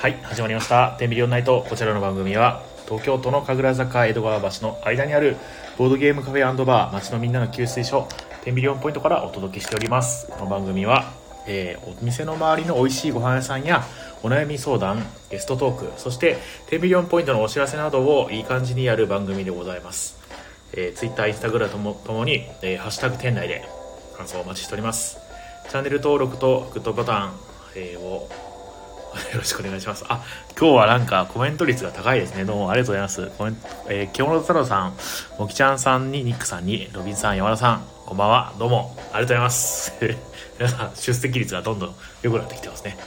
はい、始まりました。テンビリオンナイト。こちらの番組は東京都の神楽坂江戸川橋の間にあるボードゲームカフェ&バー、街のみんなの給水所テンビリオンポイントからお届けしております。この番組は、お店の周りの美味しいご飯屋さんやお悩み相談、ゲストトーク、そしてテンビリオンポイントのお知らせなどをいい感じにやる番組でございます。Twitter、Instagram ともに、ハッシュタグ店内で感想をお待ちしております。チャンネル登録とグッドボタン、をよろしくお願いします。今日はなんかコメント率が高いですね。どうもありがとうございます。京本太郎さん、もきちゃんさんに、ニックさんに、ロビンさん、山田さん、こんばんは。どうもありがとうございます。皆さん、出席率がどんどん良くなってきてますね。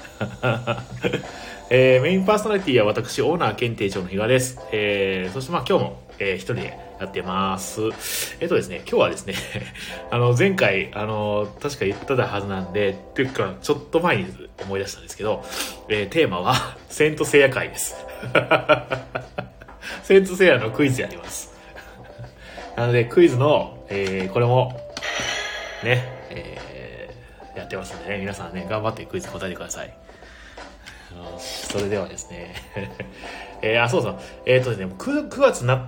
メインパーソナリティは私、オーナー検定長の比嘉です。そして今日も、一人でやってます。ですね、今日はですね、前回、確か言ってたはずなんで、っていうか、ちょっと前に思い出したんですけど、テーマは、セントセイヤ会です。セントセイヤのクイズやります。なので、クイズの、これも、ね、やってますんでね、皆さんね、頑張ってクイズ答えてください。それではですね、そうそう、ですね、9月になって、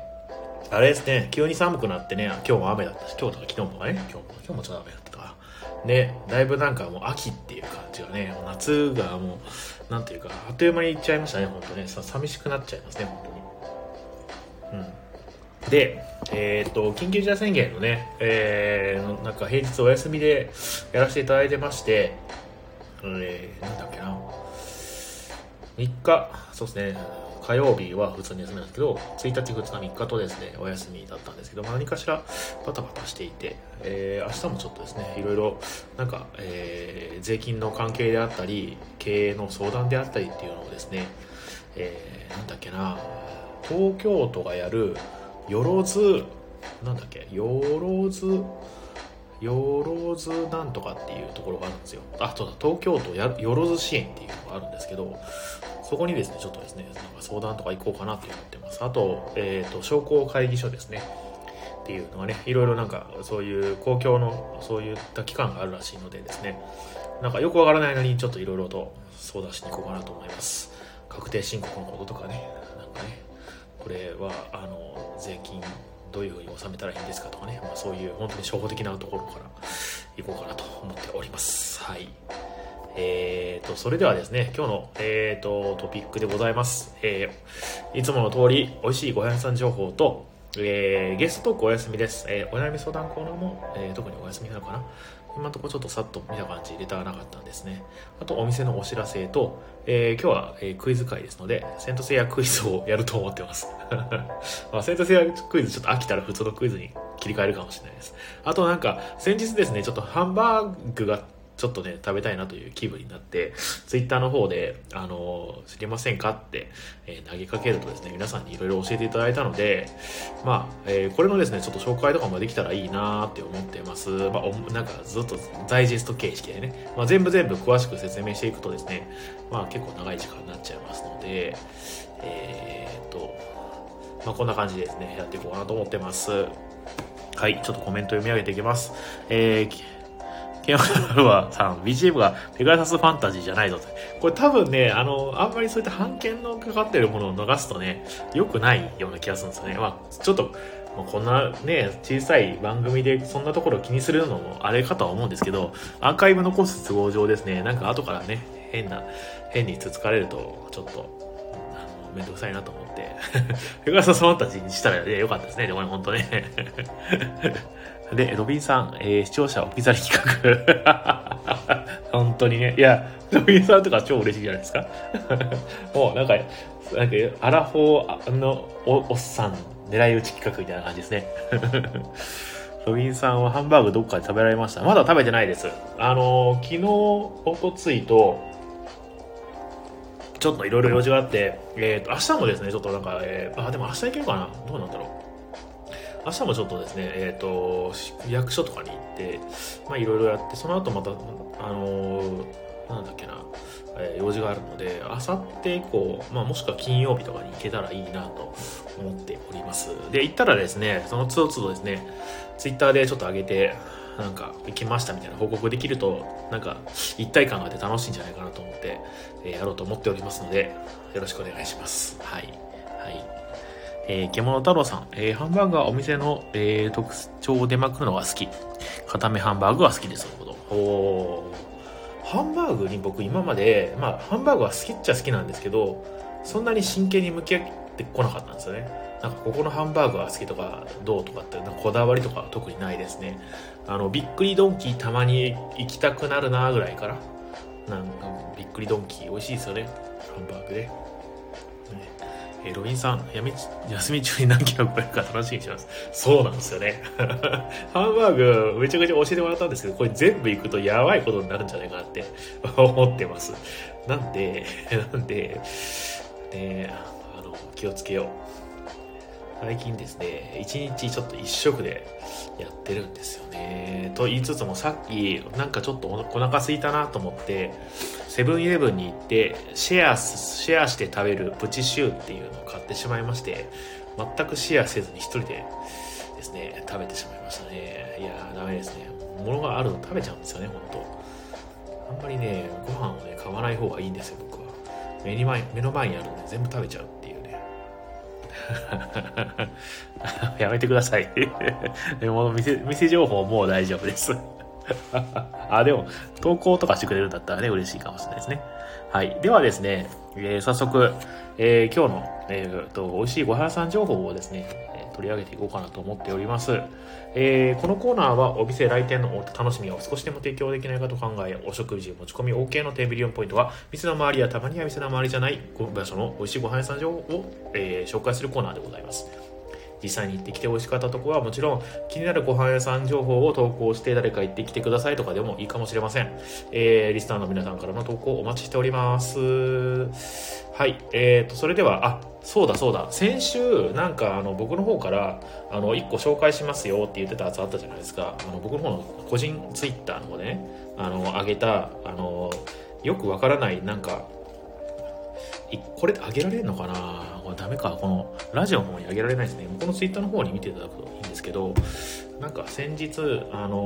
あれですね、急に寒くなってね、今日も雨だったし、今日とか昨日もね、今日もちょっと雨だったとか、ね、だいぶなんかもう秋っていう感じがね、夏がもう、なんていうか、あっという間に行っちゃいましたね、本当ね、寂しくなっちゃいますね、本当に。で、緊急事態宣言のね、なんか平日お休みでやらせていただいてまして、なんだっけな、3日、そうですね、火曜日は普通に休みなんですけど、1日、2日、3日とですね、お休みだったんですけど、何かしらバタバタしていて、明日もちょっとですね、いろいろ、なんか、税金の関係であったり、経営の相談であったりっていうのをですね、なんだっけな、東京都がやる、よろずなんとかっていうところがあるんですよ。そうだ、東京都よろず支援っていうのがあるんですけど、そこにですね、ちょっとですね、なんか相談とか行こうかなって思ってます。あと、商工会議所ですね。っていうのがね、いろいろなんか、そういう公共の、そういった機関があるらしいのでですね、なんかよくわからないのに、ちょっといろいろと相談しに行こうかなと思います。確定申告のこととかね、なんかね、これは、税金、どういうふうに納めたらいいんですかとかね、そういう本当に初歩的なところから行こうかなと思っております。はい。それではですね、今日の、トピックでございます。いつもの通り、美味しいご飯屋さん情報と、ゲストトークお休みです。お悩み相談コーナーも、特にお休みなのかな。今のところちょっとさっと見た感じ、レターなかったんですね。あと、お店のお知らせと、今日は、クイズ会ですので、セントセイヤクイズをやると思ってます。セントセイヤクイズちょっと飽きたら普通のクイズに切り替えるかもしれないです。あとなんか、先日ですね、ちょっとハンバーグがちょっとね、食べたいなという気分になって、ツイッターの方で、知りませんかって、投げかけるとですね、皆さんにいろいろ教えていただいたので、これのですね、ちょっと紹介とかもできたらいいなって思ってます。なんかずっとダイジェスト形式でね、全部詳しく説明していくとですね、結構長い時間になっちゃいますので、こんな感じでですね、やっていこうかなと思ってます。はい、ちょっとコメント読み上げていきます。ケンワさん、BGM がペガサスファンタジーじゃないぞと。これ多分ね、あんまりそういった版権のかかってるものを逃すとね、良くないような気がするんですよね。ちょっと、こんなね、小さい番組でそんなところを気にするのもあれかとは思うんですけど、アーカイブ残す都合上ですね、なんか後からね、変につつかれると、ちょっと、めんどくさいなと思って、ペガサスファンタジーにしたらね、良かったですね、でも本当ね。で、ロビンさん、視聴者置き去り企画。本当にね。いや、ロビンさんとか超嬉しいじゃないですか。もうなんか、アラフォーのおっさん狙い撃ち企画みたいな感じですね。ロビンさんはハンバーグどっかで食べられました？まだ食べてないです。昨日、おとついと、ちょっといろいろ用事があって、明日もですね、ちょっとなんか、でも明日行けるかな？どうなんだろう。明日もちょっとですね、役所とかに行って、いろいろやって、その後また、なんだっけな、用事があるので、明後日以降、もしくは金曜日とかに行けたらいいなと思っております。で、行ったらですね、その都度都度ですね、ツイッターでちょっと上げて、 なんか行きましたみたいな報告できると、なんか一体感があって楽しいんじゃないかなと思って、やろうと思っておりますので、よろしくお願いします。はい。はい。獣太郎さん、ハンバーグはお店の、特徴を出まくるのが好き。固めハンバーグは好きです。なるほど。ハンバーグに僕今まで、ハンバーグは好きっちゃ好きなんですけど、そんなに真剣に向き合ってこなかったんですよね。なんかここのハンバーグが好きとかどうとかってなんかこだわりとかは特にないですね。びっくりドンキーたまに行きたくなるなぐらいから。なんかびっくりドンキー美味しいですよね。ハンバーグで。ロビンさん、休み中に何キロ超えるか楽しみにします。そうなんですよね。ハンバーグめちゃくちゃ教えてもらったんですけど、これ全部行くとやばいことになるんじゃないかなって思ってます。なんで、気をつけよう。最近ですね、1日ちょっと1食でやってるんですよね。と言いつつもさっきなんかちょっとお腹空いたなと思ってセブンイレブンに行ってシェアして食べるプチシューっていうのを買ってしまいまして、全くシェアせずに一人でですね食べてしまいましたね。いやーダメですね。物があるの食べちゃうんですよね。本当あんまりねご飯をね買わない方がいいんですよ。僕は目の前にあるので全部食べちゃうっていうね。やめてください。でも店情報もう大丈夫です。でも投稿とかしてくれるんだったらね嬉しいかもしれないですね。はい。ではですね、早速、今日の、美味しいごはん屋さん情報をですね、取り上げていこうかなと思っております。このコーナーはお店来店の楽しみを少しでも提供できないかと考え、お食事持ち込み OK のテーブル4ポイントは店の周りやたまには店の周りじゃない場所の美味しいごはん屋さん情報を、紹介するコーナーでございます。実際に行ってきて美味しかったところはもちろん気になるご飯屋さん情報を投稿して誰か行ってきてくださいとかでもいいかもしれません。リスナーの皆さんからの投稿お待ちしております。はい。それでは、そうだ。先週、なんか僕の方から、1個紹介しますよって言ってたやつあったじゃないですか。僕の方の個人ツイッターの方でね、上げた、よくわからない、なんか、これ上げられるのかな。これダメか。このラジオの方に上げられないですね。このツイッターの方に見ていただくといいんですけど、なんか先日なん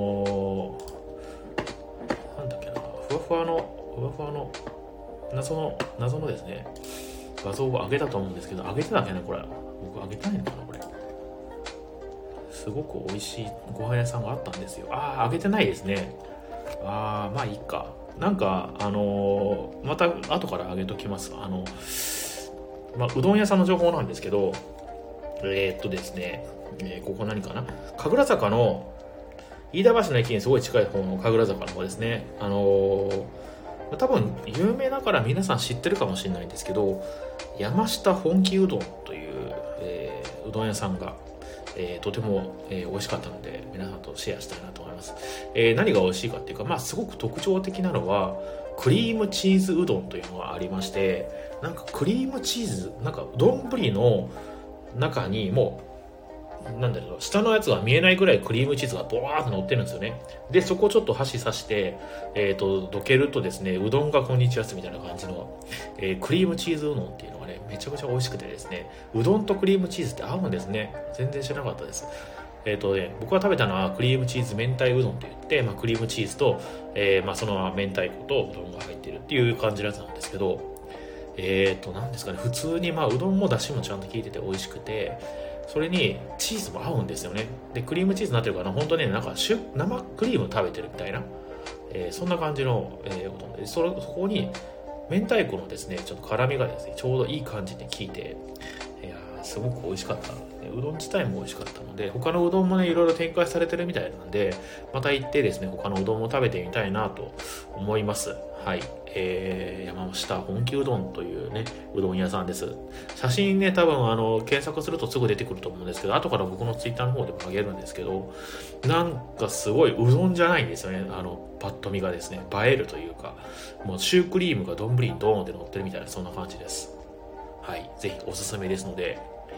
だっけな、ふわふわの謎のですね画像を上げたと思うんですけど、上げてたっけな。これ僕上げたいのかな。これすごく美味しいご飯屋さんがあったんですよ。上げてないですね。まあいいか。なんかまた後から上げときます。うどん屋さんの情報なんですけど、ですね、ここ何かな、神楽坂の飯田橋の駅にすごい近い方の神楽坂の方ですね。多分有名だから皆さん知ってるかもしれないんですけど、山下本気うどんという、うどん屋さんが、とても、美味しかったので皆さんとシェアしたいなと思います。何が美味しいかっていうか、すごく特徴的なのはクリームチーズうどんというのがありまして、なんかクリームチーズ、なんか丼の中にもうなんだろう、下のやつが見えないぐらいクリームチーズがボワーッと乗ってるんですよね。でそこをちょっと箸刺してどけるとですね、うどんがこんにちはみたいな感じの、クリームチーズうどんっていうのがねめちゃくちゃ美味しくてですね、うどんとクリームチーズって合うんですね。全然知らなかったです。僕が食べたのはクリームチーズ明太うどんといって、クリームチーズと、その明太子とうどんが入っているっていう感じのやつなんですけど、なんですかね、普通にうどんもだしもちゃんと効いてて美味しくて、それにチーズも合うんですよね。でクリームチーズになってるから本当ね、なんか生クリーム食べてるみたいな、そんな感じの、うどんで、そこに明太子のですねちょっと辛みがですねちょうどいい感じに効いて、すごく美味しかった。うどん自体も美味しかったので、他のうどんもねいろいろ展開されてるみたいなんで、また行ってですね他のうどんも食べてみたいなと思います。はい。山下本気うどんというねうどん屋さんです。写真ね多分検索するとすぐ出てくると思うんですけど、後から僕のツイッターの方でも上げるんですけど、なんかすごいうどんじゃないんですよね。パッと見がですね映えるというか、もうシュークリームが丼にドーンって乗ってるみたいな、そんな感じです。はい、ぜひおすすめですので、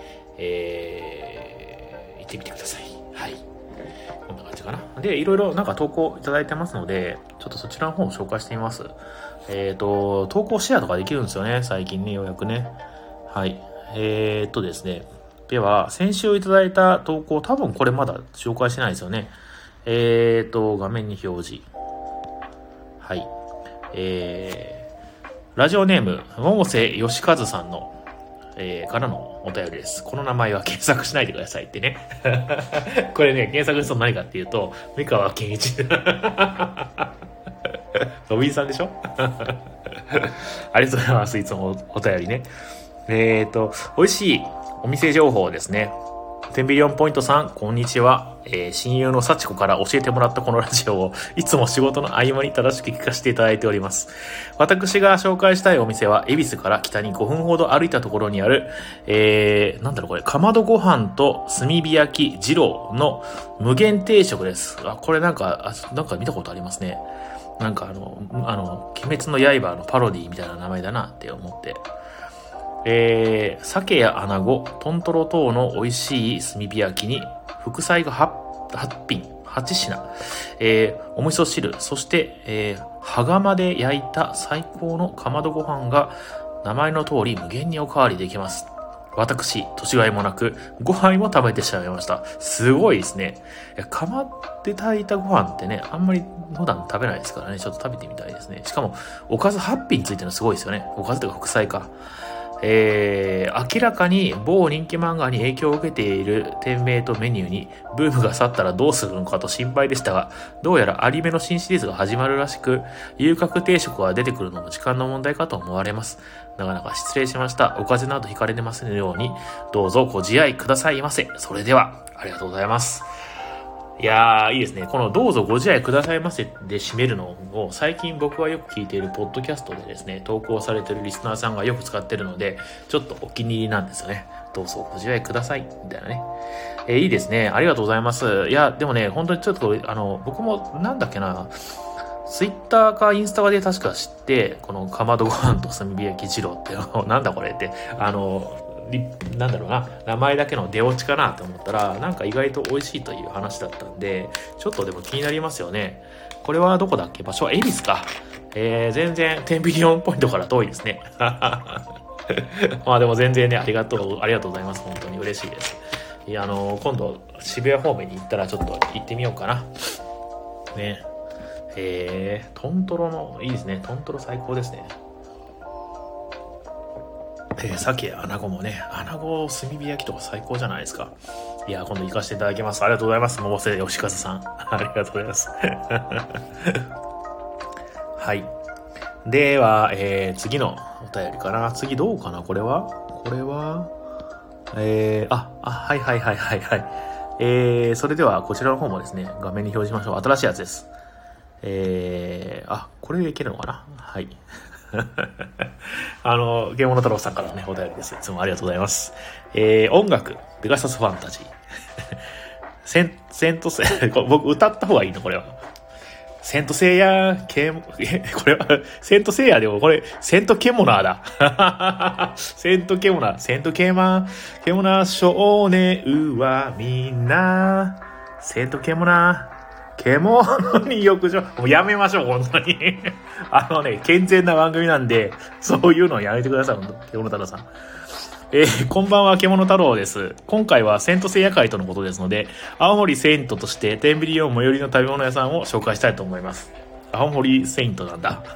行ってみてください。はい、こんな感じかな。でいろいろなんか投稿いただいてますので、ちょっとそちらの方を紹介してみます。投稿シェアとかできるんですよね、最近ね、ようやくね。はい。ですね。では、先週いただいた投稿、多分これまだ紹介してないですよね。 画面に表示。はい。ラジオネーム、百瀬義和さんの、からのお便りです。この名前は検索しないでくださいってね。これね、検索すると何かっていうと、三河健一。ロビンさんでしょありがとうございます。いつもお便りね。美味しいお店情報ですね。テンビリオンポイントさん、こんにちは。親友の幸子から教えてもらったこのラジオをいつも仕事の合間に正しく聞かせていただいております。私が紹介したいお店は、恵比寿から北に5分ほど歩いたところにある、かまどご飯と炭火焼き二郎の無限定食です。これなんか見たことありますね。なんか鬼滅の刃のパロディみたいな名前だなって思って。鮭や穴子、トントロ等の美味しい炭火焼きに、副菜が8品、8品、お味噌汁、そして、羽釜で焼いた最高のかまどご飯が、名前の通り無限におかわりできます。私、年がいもなく、ご飯も食べてしまいました。すごいですね。釜で炊いたご飯ってね、あんまり普段食べないですからね、ちょっと食べてみたいですね。しかも、おかず8品ついてるのすごいですよね。おかずというか副菜か。明らかに某人気漫画に影響を受けている店名とメニューにブームが去ったらどうするのかと心配でしたが、どうやらアニメの新シリーズが始まるらしく、遊郭定食が出てくるのも時間の問題かと思われます。なかなか失礼しました。お風邪などひかれてますように、どうぞご自愛くださいませ。それでは、ありがとうございます。いやー、いいですね。このどうぞご自愛くださいませで締めるのを最近僕はよく聞いているポッドキャストでですね、投稿されているリスナーさんがよく使ってるので、ちょっとお気に入りなんですよね。どうぞご自愛くださいみたいなね。いいですね。ありがとうございます。いや、でもね、本当にちょっと僕もなんだっけな、ツイッターかインスタで確か知って、このかまどご飯と炭火焼き二郎ってなんだこれってなんだろうな、名前だけの出落ちかなと思ったら、なんか意外と美味しいという話だったんで、ちょっとでも気になりますよね。これはどこだっけ？場所は恵比寿か。全然10ビリオンポイントから遠いですね。まあでも全然ね、ありがとうございます。本当に嬉しいです。いや、今度渋谷方面に行ったらちょっと行ってみようかな。ね。トントロの、いいですね。トントロ最高ですね。鮭や穴子もね、穴子炭火焼きとか最高じゃないですか。いや、今度行かせていただきます。ありがとうございます。百瀬義和さん。ありがとうございます。はい。では、次のお便りかな。次どうかなこれははい。それではこちらの方もですね、画面に表示しましょう。新しいやつです。これでいけるのかなはい。ゲームの太郎さんからのね、お便りです。いつもありがとうございます。音楽、ペガサスファンタジー。セントセ僕歌った方がいいのこれは。セントセイヤこれは、セントセイヤでもこれ、セントケモナーだ。セントケモナー少年はみんな、セントケモナー。獣に浴場。もうやめましょう、本当に。健全な番組なんで、そういうのをやめてください、本当。獣太郎さん。こんばんは、獣太郎です。今回はセントセイヤ会とのことですので、青森セイントとしてテンビリオン最寄りの食べ物屋さんを紹介したいと思います。青森セイントなんだ。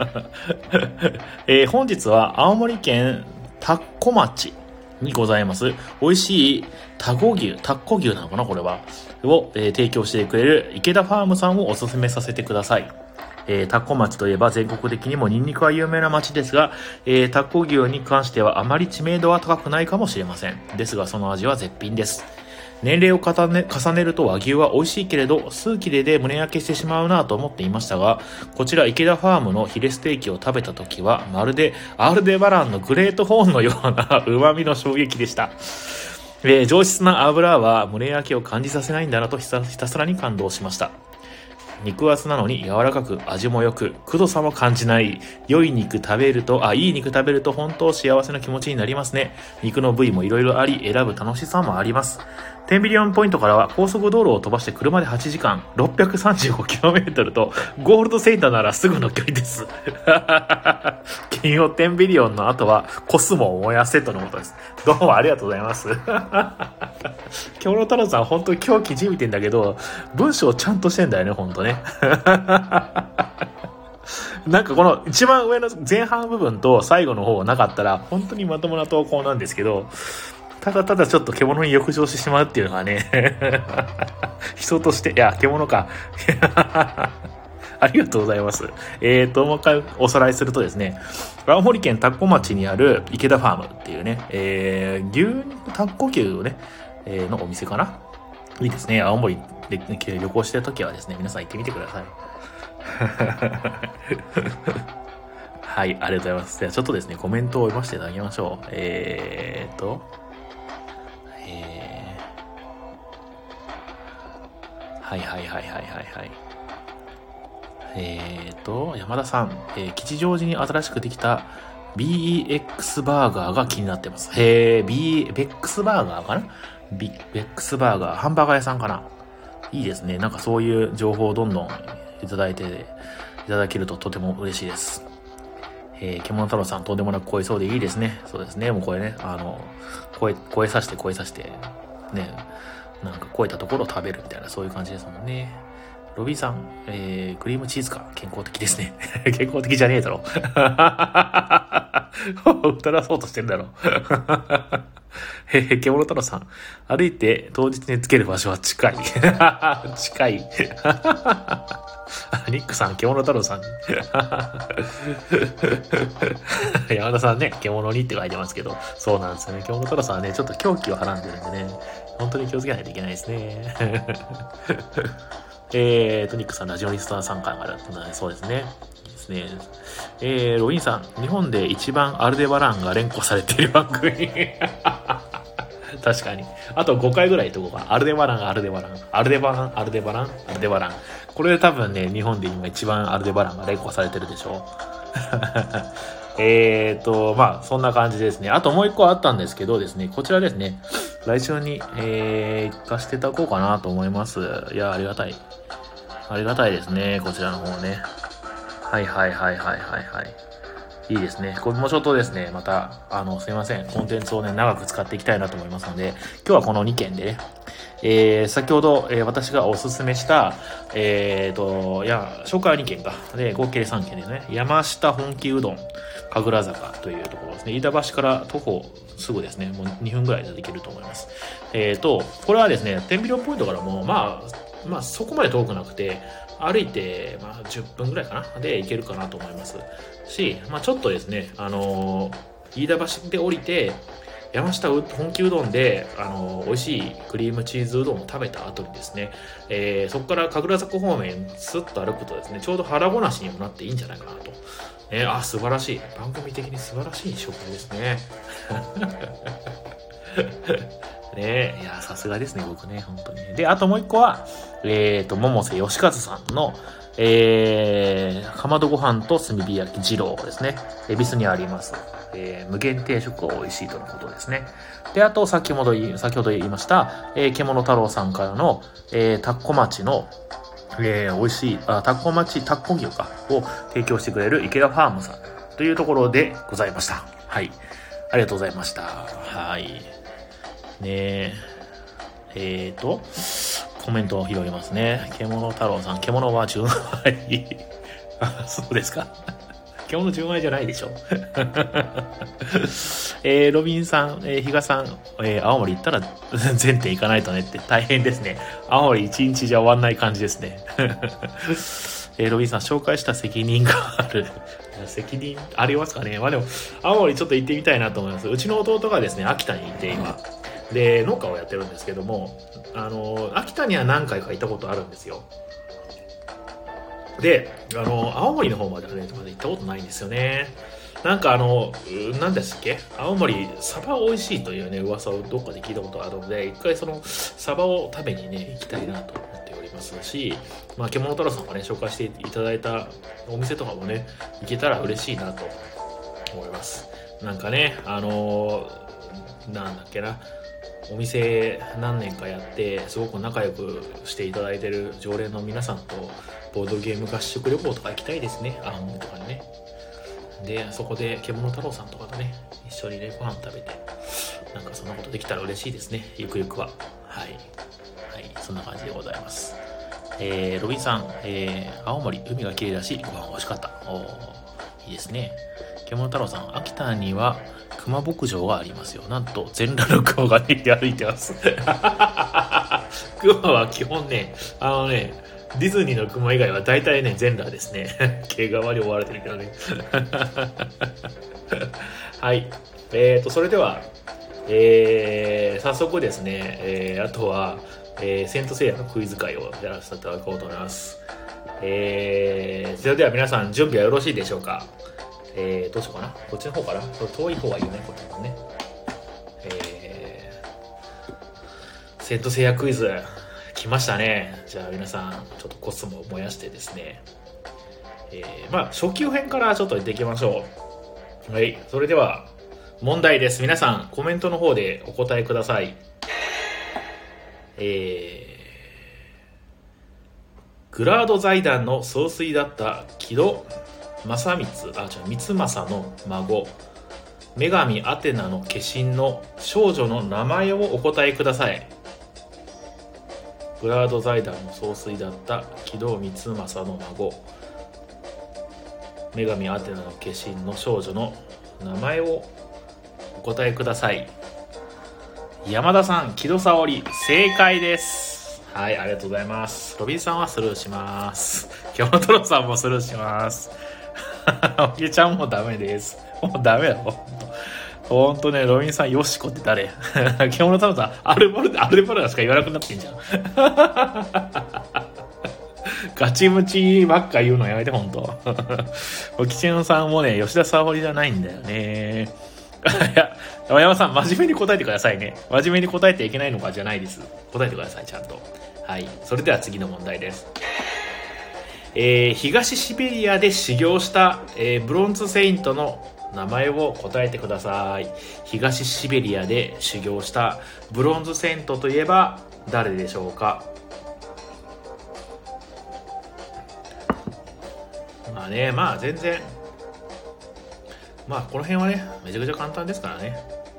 本日は青森県田子町にございます。美味しい田子牛なのかなこれは。を、提供してくれる池田ファームさんをおすすめさせてください。田子町といえば全国的にもニンニクは有名な町ですが、田子牛に関してはあまり知名度は高くないかもしれません。ですがその味は絶品です。年齢を重ねると和牛は美味しいけれど数切れで胸焼けしてしまうなと思っていましたが、こちら池田ファームのヒレステーキを食べた時はまるでアールデバランのグレートホーンのような旨味の衝撃でした。上質な油は胸焼けを感じさせないんだなとひたすらに感動しました。肉厚なのに柔らかく味も良く、くどさも感じない。いい肉食べると本当幸せな気持ちになりますね。肉の部位もいろいろあり、選ぶ楽しさもあります。 テンビリオンポイントからは高速道路を飛ばして車で8時間 635km とゴールドセインターならすぐの距離です。金曜テンビリオンの後はコスモを燃やせとのことです。どうもありがとうございます。京野太郎さん本当に狂気じみてんだけど文章ちゃんとしてんだよね本当ね。なんかこの一番上の前半部分と最後の方なかったら本当にまともな投稿なんですけど、ただただちょっと獣に浴場してしまうっていうのがね人として、いや獣かありがとうございます。もう一回おさらいするとですね、青森県田子町にある池田ファームっていうね、牛肉タッコ牛をね、のお店かな。いいですね。青森で旅行してるときはですね、皆さん行ってみてください。はい、ありがとうございます。ではちょっとですね、コメントを読ませていただきましょう。はいはいはいはいはいはい。山田さん、吉祥寺に新しくできた BEX バーガーが気になってます。ベックスバーガーかな？ベックスバーガー、ハンバーガー屋さんかな？いいですね。なんかそういう情報をどんどんいただけるととても嬉しいです。獣太郎さんとんでもなく超えそうでいいですね。そうですね。もうこれね、超えさせて、ね、なんか超えたところを食べるみたいな、そういう感じですもんね。ロビーさん、クリームチーズか。健康的ですね。健康的じゃねえだろ。歌らそうとしてるだろ。獣太郎さん、歩いて当日につける場所は近い。近い。ニックさん、獣太郎さん。山田さんね、獣にって書いてますけど、そうなんですよね。獣太郎さんはね、ちょっと狂気をはらんでるんでね、本当に気をつけないといけないですね。ニックさん、ラジオリスター参加がそうですね。いいですね。ロビンさん、日本で一番アルデバランが連呼されている番組。確かに。あと5回ぐらい言っとこうか。アルデバラン。これで多分ね、日本で今一番アルデバランが連呼されてるでしょう。まあ、そんな感じですね。あともう一個あったんですけどですね、こちらですね、来週に、行かしていただこうかなと思います。いや、ありがたいですね、こちらの方ね。はい。いいですね。これもちょっとですね、また、すいません。コンテンツをね、長く使っていきたいなと思いますので、今日はこの2件でね、先ほど、私がおすすめした、紹介は2件か。で、合計3件ですね。山下本気うどん、神楽坂というところですね。飯田橋から徒歩すぐですね、もう2分ぐらいでできると思います。これはですね、テンビリオンポイントからも、まあ、そこまで遠くなくて、歩いて、10分ぐらいかなで行けるかなと思いますし、ちょっとですね、飯田橋で降りて、山下本気うどんで、美味しいクリームチーズうどんを食べた後にですね、そこから神楽坂方面スッと歩くとですね、ちょうど腹ごなしにもなっていいんじゃないかなと。素晴らしい。番組的に素晴らしい紹介ですね。いや、さすがですね、僕ね、本当に。で、あともう一個は、百瀬義和さんの、かまどご飯と炭火焼き二郎ですね。恵比寿にあります。無限定食が美味しいとのことですね。で、あと、先ほど言いました、獣太郎さんからの、田子町の、美味しい、田子牛か、を提供してくれる池田ファームさんというところでございました。はい。ありがとうございました。はい。ねえ。コメントを拾いますね。獣太郎さん、獣は純愛。そうですか。獣純愛じゃないでしょ。ロビンさん、比嘉さん、青森行ったら全店行かないとねって大変ですね。青森一日じゃ終わんない感じですね。ロビンさん、紹介した責任がある。責任ありますかね。でも、青森ちょっと行ってみたいなと思います。うちの弟がですね、秋田にいて今。で、農家をやってるんですけども、秋田には何回か行ったことあるんですよ。で、青森の方まではね、まだ行ったことないんですよね。なんか何ですっけ、青森、サバ美味しいというね、噂をどっかで聞いたことがあるので、一回その、サバを食べにね、行きたいなと思っておりますし、獣太郎さんがね、紹介していただいたお店とかもね、行けたら嬉しいなと思います。なんかね、なんだっけな、 お店何年かやってすごく仲良くしていただいてる常連の皆さんとボードゲーム合宿旅行とか行きたいですね。青森とかにね。でそこで獣太郎さんとかとね一緒にねご飯食べてなんかそんなことできたら嬉しいですね。ゆくゆくははい、そんな感じでございます。ロビンさん、青森海が綺麗だしご飯美味しかった。いいですね。獣太郎さん、秋田には熊牧場がありますよ。なんと全裸の熊がね歩いてます熊は基本ねディズニーの熊以外は大体ね全裸ですね毛皮に覆われてるけどねはい、それでは、早速ですね、あとは、セントセイヤのクイズ会をやらせていただこうと思います。それでは皆さん準備はよろしいでしょうか。どうしようかな。こっちの方かな。遠い方がいいよね、こっちのね。セントセイヤクイズ来ましたね。じゃあ皆さんちょっとコスモを燃やしてですね、初級編からちょっとやっていきましょう。はい、それでは問題です。皆さんコメントの方でお答えください。グラード財団の総帥だった木戸光政の孫女神アテナの化身の少女の名前をお答えください。グラード財団の総帥だった木戸光政の孫女神アテナの化身の少女の名前をお答えください。山田さん、木戸沙織、正解です。はい、ありがとうございます。ロビンさんはスルーします。キョモトロさんもスルーします。おげちゃんもダメです。もうダメだよ。ほんとね、ロビンさん、ヨシコって誰キョモトロさん、アルデバラしか言わなくなってんじゃん。ガチムチばっか言うのやめて、ほんと。おきちのさんもね、吉田沙保里じゃないんだよね。いや、山山さん、真面目に答えてくださいね。真面目に答えていけないのかじゃないです。答えてください、ちゃんと。はい。それでは次の問題です。東シベリアで修行した、ブロンズセイントの名前を答えてください。東シベリアで修行したブロンズセイントといえば誰でしょうか。全然この辺はねめちゃくちゃ簡単ですからね。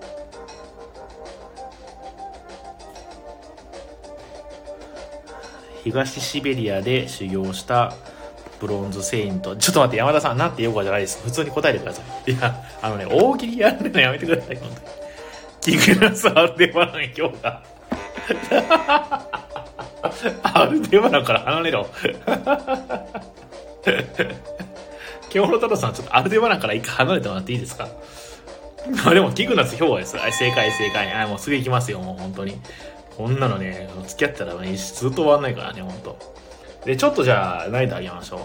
東シベリアで修行したブロンズセイント。ちょっと待って、山田さん、なんて言うかじゃないです。普通に答えてください。いや、大喜利やるのやめてください、本当に。キグナス・アルデバラン、今日が。アルデバランから離れろ。京本太郎さん、ちょっとアルデバランから一回離れてもらっていいですか。でも、キグナス・ヒョウです。正解。もうすぐ行きますよ、もう本当に。こんなのね、付き合ったらね、ずっと終わんないからね、本当。で、ちょっとじゃあ、何であげましょう。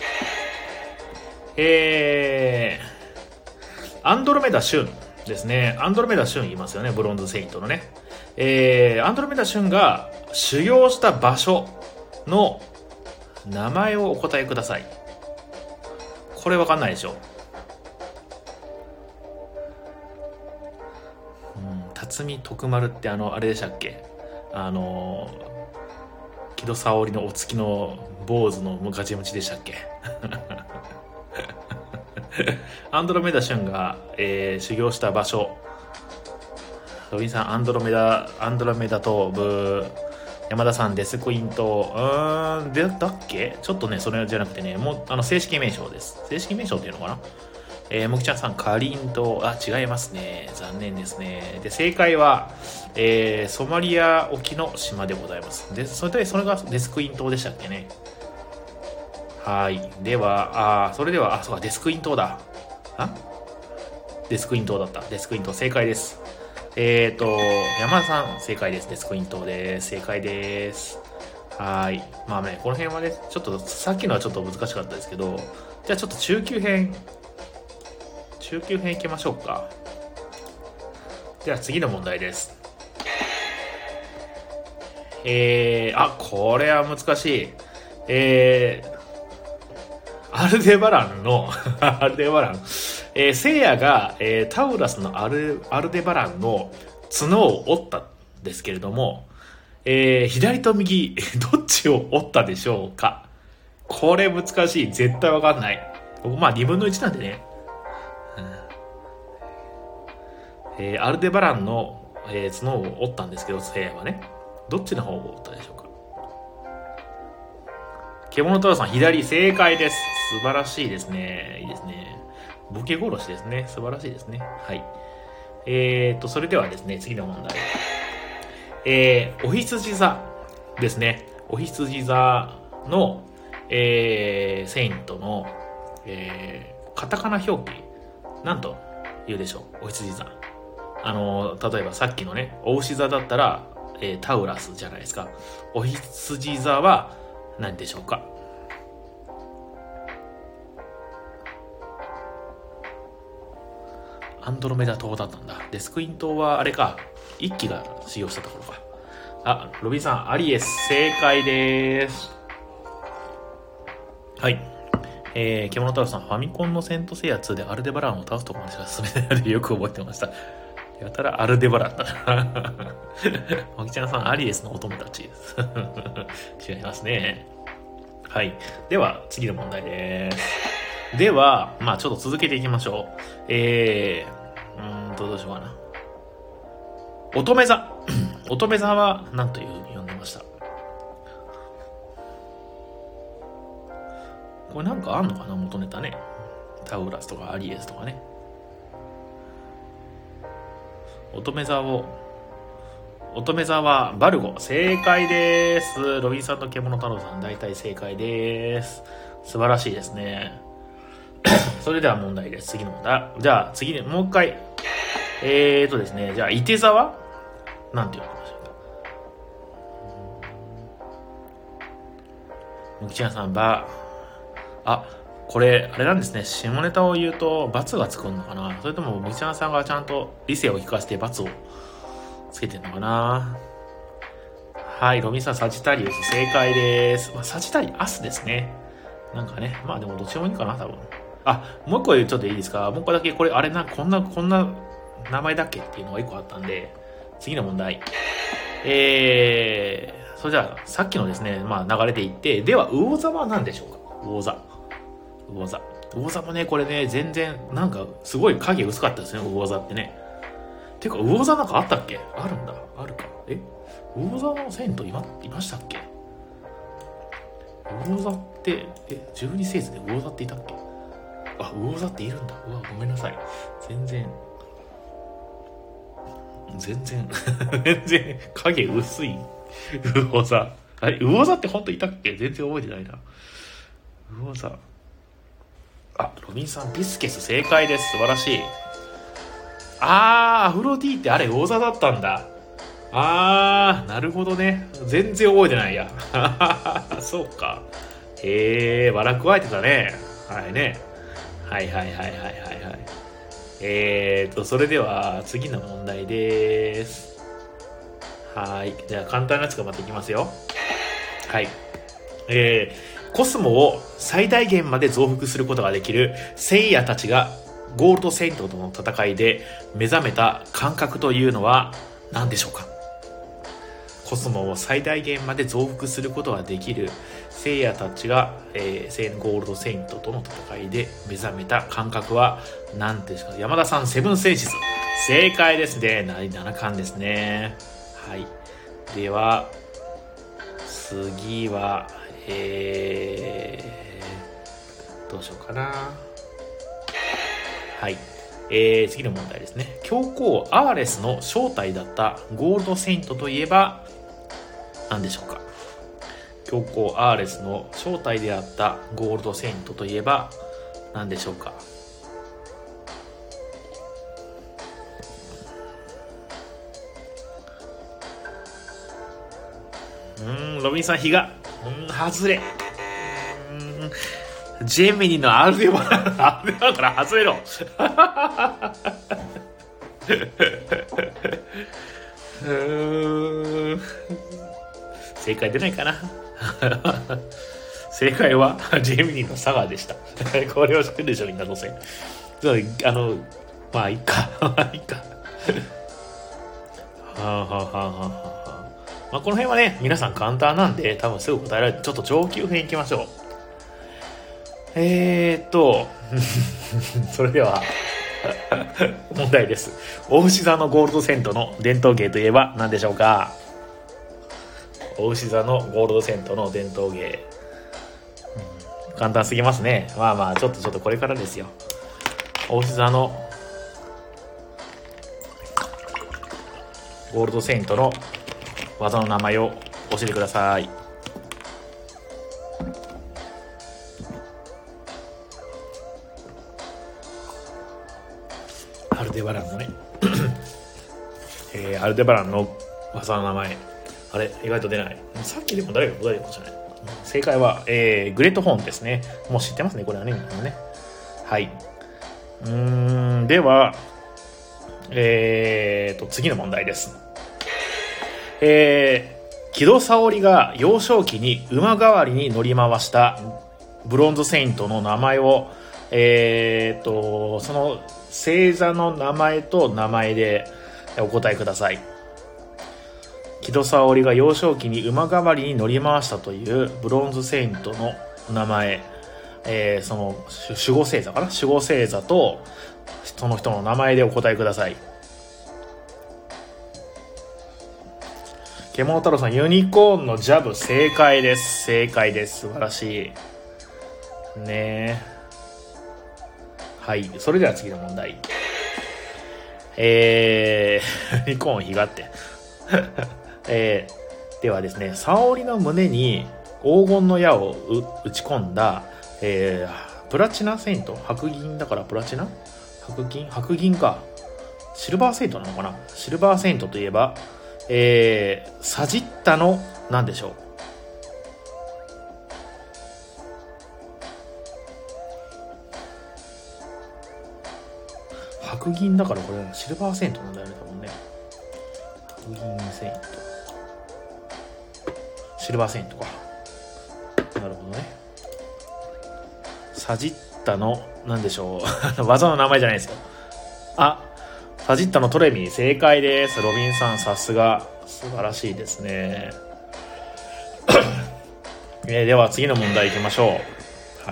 アンドロメダ・シュンですね。アンドロメダ・シュン言いますよね、ブロンズセイントのね。アンドロメダ・シュンが修行した場所の名前をお答えください。これわかんないでしょ。辰巳徳丸ってあれでしたっけ。木戸沙織のお月の坊主のガチムチでしたっけアンドロメダシュンが、修行した場所。ロビンさん、アンドロメダとブー。山田さん、デスクイント。だっけ。ちょっとね、それじゃなくてね、もう正式名称です。正式名称っていうのかな。もきちゃんさん、かりんとう。違いますね。残念ですね。で、正解は、ソマリア沖の島でございます。で、それがデスクイン島でしたっけね。はい。では、そうか、デスクイン島だ。デスクイン島だった。デスクイン島、正解です。山田さん、正解です。デスクイン島です。正解です。はい。この辺はね、ちょっと、さっきのはちょっと難しかったですけど、じゃあちょっと中級編いきましょうか。では次の問題です。これは難しい。アルデバランの聖夜が、タウラスのアルデバランの角を折ったですけれども、左と右、どっちを折ったでしょうか？これ難しい。絶対わかんない。まあ2分の1なんでね。アルデバランの、角を折ったんですけど、聖夜はね。どっちの方を折ったでしょうか？獣太郎さん、左、正解です。素晴らしいですね。いいですね。ボケ殺しですね。素晴らしいですね。はい。それではですね、次の問題。お羊座ですね。お羊座の、セイントの、カタカナ表記、なんと言うでしょう、お羊座。例えばさっきのね、お牛座だったら、タウラスじゃないですか。お羊座は何でしょうか？アンドロメダ島だったんだ。デスクイン島はあれか、一機が使用したところか。あ、ロビンさん、アリエス、正解です。はい。獣太郎さん、ファミコンのセントセイヤ2でアルデバランを倒すところまでしか進めないのでよく覚えてました。やたらアルデバランだな。マキちゃんさん、アリエスの乙女たちです。違いますね。はい。では、次の問題です。では、まあちょっと続けていきましょう。どうしようかな。乙女座。乙女座は何というふうに呼んでました？これなんかあんのかな、元ネタね。タウラスとかアリエスとかね。乙女座はバルゴ。正解です。ロビンさんと獣太郎さん、大体正解です。素晴らしいですね。それでは問題です。次の問題。じゃあ次にもう一回。ですね。じゃあ、いて座はなんて言われましょうか？むきちゃんさん、これ、あれなんですね。下ネタを言うと、罰がつくのかな？それとも、むきちゃんさんがちゃんと理性を聞かせて罰をつけてるのかな？はい、ロミさん、サジタリウス、正解です。サジタリアスですね。なんかね、まあでもどっちもいいかな、多分。もう一個ちょっといいですか？もう一個だけ、これ、あれな、こんな名前だっけっていうのが一個あったんで、次の問題。それじゃあ、さっきのですね、まあ流れていって、では、魚座は何でしょうか？魚座もね、これね、全然、なんか、すごい影薄かったですね、魚座ってね。てか、魚座なんかあったっけ？あるんだ。あるか。魚座のセントいましたっけ？魚座って、12星座で魚座っていたっけ？魚座っているんだ。うわ、ごめんなさい。全然、影薄い。魚座。魚座って本当いたっけ？全然覚えてないな。魚座。ロビンさん、ビスケス正解です。素晴らしい。アフロディってあれ魚座だったんだ。なるほどね。全然覚えてないや。そうか。バラ加えてたね。はいね。はい。それでは次の問題です。はい。じゃあ簡単なやつがまたいきますよ。はい。コスモを最大限まで増幅することができるセイヤたちがゴールドセイントとの戦いで目覚めた感覚というのは何でしょうか？コスモを最大限まで増幅することができるセイヤたちが、ゴールドセイントとの戦いで目覚めた感覚は何でしょうか？山田さん、セブンセンシズ。正解ですね。7巻ですね。はい。では、次は、どうしようかな。はい。次の問題ですね。教皇アーレスの正体だったゴールドセイントといえば何でしょうか？教皇アーレスの正体であったゴールドセイントといえば何でしょうか？ロビンさん、日が外れ。ジェミニのアルデバランから外れろ。正解出ないかな。正解はジェミニのサガでした。これを知ってるでしょ、みんなどうせ。まあいいか。 まあ、この辺はね皆さん簡単なんで多分すぐ答えられて、ちょっと上級編いきましょう。それでは問題です。お牛座のゴールドセントの伝統芸といえば何でしょうか？お牛座のゴールドセントの伝統芸、簡単すぎますね。まあまあちょっとこれからですよ。お牛座のゴールドセイントの技の名前を教えてください。アルデバランのね、アルデバランの技の名前、あれ意外と出ない。さっきでも誰が答えてましたね。正解は、グレートホーンですね。もう知ってますね、これはね、みんなね。はい。では、次の問題です。木戸沙織が幼少期に馬代わりに乗り回したブロンズセイントの名前を、その星座の名前と名前でお答えください。木戸沙織が幼少期に馬代わりに乗り回したというブロンズセイントの名前、その守護星座かな、守護星座とその人の名前でお答えください。獣太郎さん、ユニコーンのジャブ、正解です。正解です。素晴らしいね。はい、それでは次の問題。ユニコーン日がってではですね、沙織の胸に黄金の矢を打ち込んだ、プラチナセイント、白銀だからプラチナ、白銀か、シルバーセイントなのかな。シルバーセイントといえば、サジッタの何でしょう。白銀だからこれシルバーセイントなんだよね、多分ね。白銀セイント、シルバーセイントか。なるほどね。サジッタの何でしょう技の名前じゃないですよ。サジッタのトレミ、正解です。ロビンさん、さすが、素晴らしいですね。では次の問題いきましょう。はい。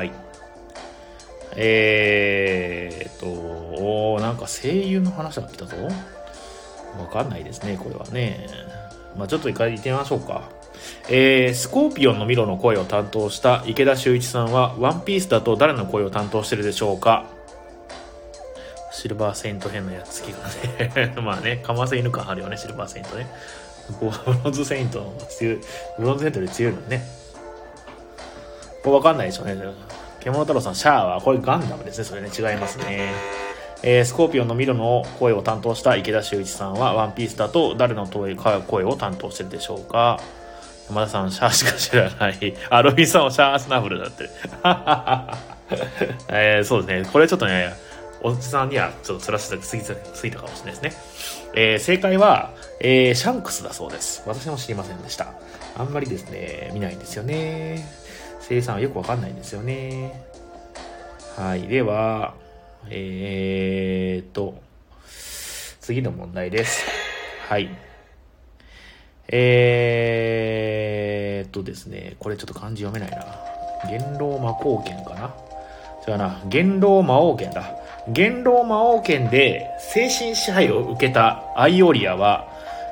なんか声優の話が来たぞ。わかんないですね、これはね。まあちょっと一回言ってみましょうか。スコーピオンのミロの声を担当した池田秀一さんはワンピースだと誰の声を担当してるでしょうか？シルバーセイント編のやつ好きがねまあね、かませ犬感あるよね、シルバーセイントね。ブロンズセイントの強い、ブロンズセイントより強いのね。これわかんないでしょうね。獣太郎さん、シャアはこれガンダムですね。それね、違いますね。スコーピオンのミロの声を担当した池田秀一さんはワンピースだと誰の声を担当してるでしょうか？山田さん、シャアしか知らない。ロビンさんはシャアスナフルだってそうですね。これちょっとね、おじさんにはちょっとつらしさがついたかもしれないですね。正解は、シャンクスだそうです。私も知りませんでした。あんまりですね、見ないんですよね。声優さんはよくわかんないんですよね。はい。では、次の問題です。はい。ですね、これちょっと漢字読めないな。元老魔王剣かな。違うな。元老魔王剣だ。元老魔王剣で精神支配を受けたアイオリアは、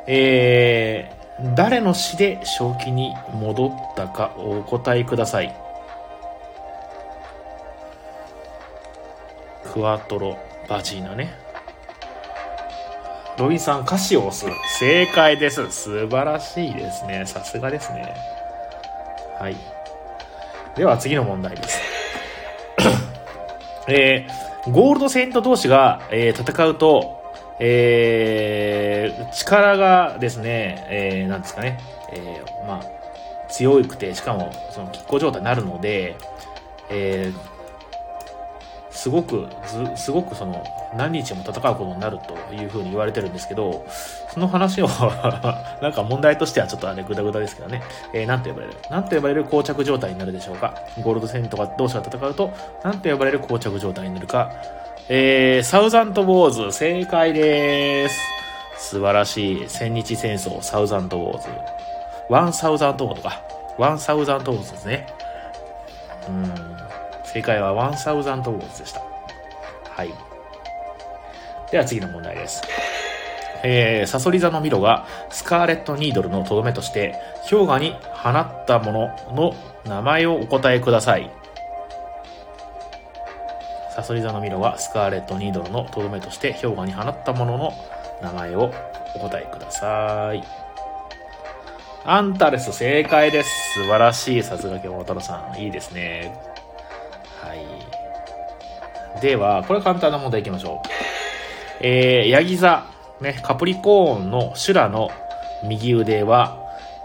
誰の死で正気に戻ったかお答えください。クワトロバジーナね。ロビンさん、カシオス、正解です。素晴らしいですね。さすがですね。はい。では次の問題です。ゴールドセイント同士が、戦うと、力がですね、なんですかね、まあ、強くて、しかも、その、拮抗状態になるので、すごくその、何日も戦うことになるというふうに言われてるんですけど、その話を、なんか問題としてはちょっとグダグダですけどね、なんと呼ばれる膠着状態になるでしょうか。ゴールドセイント同士が戦うと、なんと呼ばれる膠着状態になるか。サウザントウォーズ、正解です。 素晴らしい。千日戦争サウザンドウォーズ。ワンサウザンドウォーズか。ワンサウザンドウォーズですね。正解はワンサウザンドウォーズでした。はい。では次の問題です。サソリ座のミロがスカーレットニードルのとどめとして氷河に放ったものの名前をお答えください。サソリ座のミロがスカーレットニードルのとどめとして氷河に放ったものの名前をお答えください。アンタレス、正解です。素晴らしい。さすが山本さん、いいですね。はい。ではこれ簡単な問題いきましょう。ヤギ座ね、カプリコーンの修羅の右腕は、